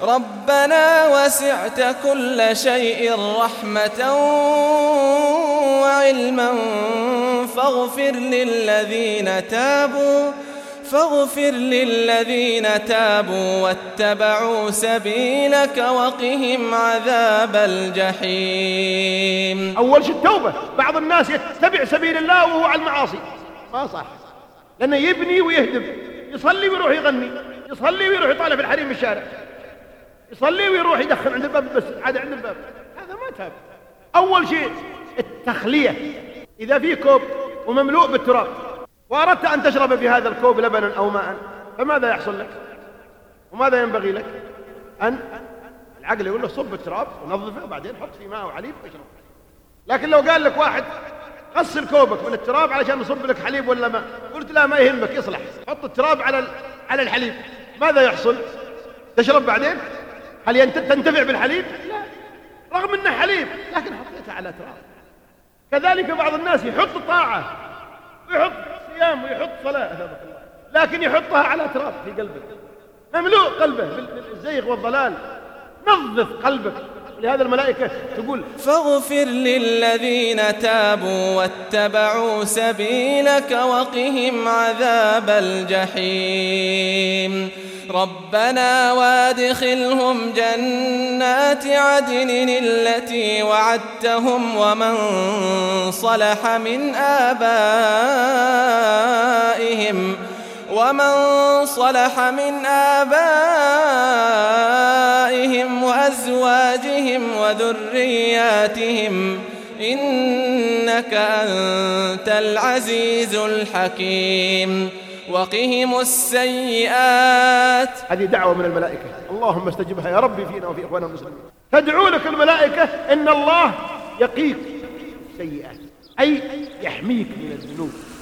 ربنا وسعت كل شيء رحمة وعلما فاغفر للذين تابوا واتبعوا سبيلك وقهم عذاب الجحيم. أول شيء التوبة. بعض الناس يتبع سبيل الله وهو على المعاصي، ما صح، لأنه يبني ويهدم، يصلي ويروح يغني، يصلي ويروح يطالع في الحريم الشارع، يصلي ويروح يدخن عند الباب بس عاد عند الباب، هذا ما تاب. أول شيء التخلية. إذا في كوب ومملوء بالتراب وأردت أن تشرب في هذا الكوب لبنا أو ماء، فماذا يحصل لك؟ وماذا ينبغي لك؟ أن العقل يقول له صب التراب ونظفه وبعدين حط فيه ماء وحليب واشرب. لكن لو قال لك واحد غسل كوبك من التراب علشان نصب لك حليب ولا ماء، قلت لا ما يهمك، يصلح، حط التراب على الحليب، ماذا يحصل؟ تشرب بعدين؟ هل تنتفع بالحليب؟ لا، رغم انه حليب لكن حطيته على تراب. كذلك بعض الناس يحط طاعة ويحط صيام ويحط صلاة لكن يحطها على تراب في قلبه، مملوء قلبه بالزيغ والضلال. نظف قلبك. لهذا الملائكة تقول فاغفر للذين تابوا واتبعوا سبيلك وقهم عذاب الجحيم. ربنا وادخلهم جنات عدن التي وعدتهم ومن صلح من آبائهم وأزواجهم وذرياتهم إنك أنت العزيز الحكيم. وقهم السيئات. هذه دعوة من الملائكة، اللهم استجبها يا ربي فينا وفي إخواننا المسلمين. تدعو لك الملائكة إن الله يقيك السيئات، أي يحميك من الذنوب.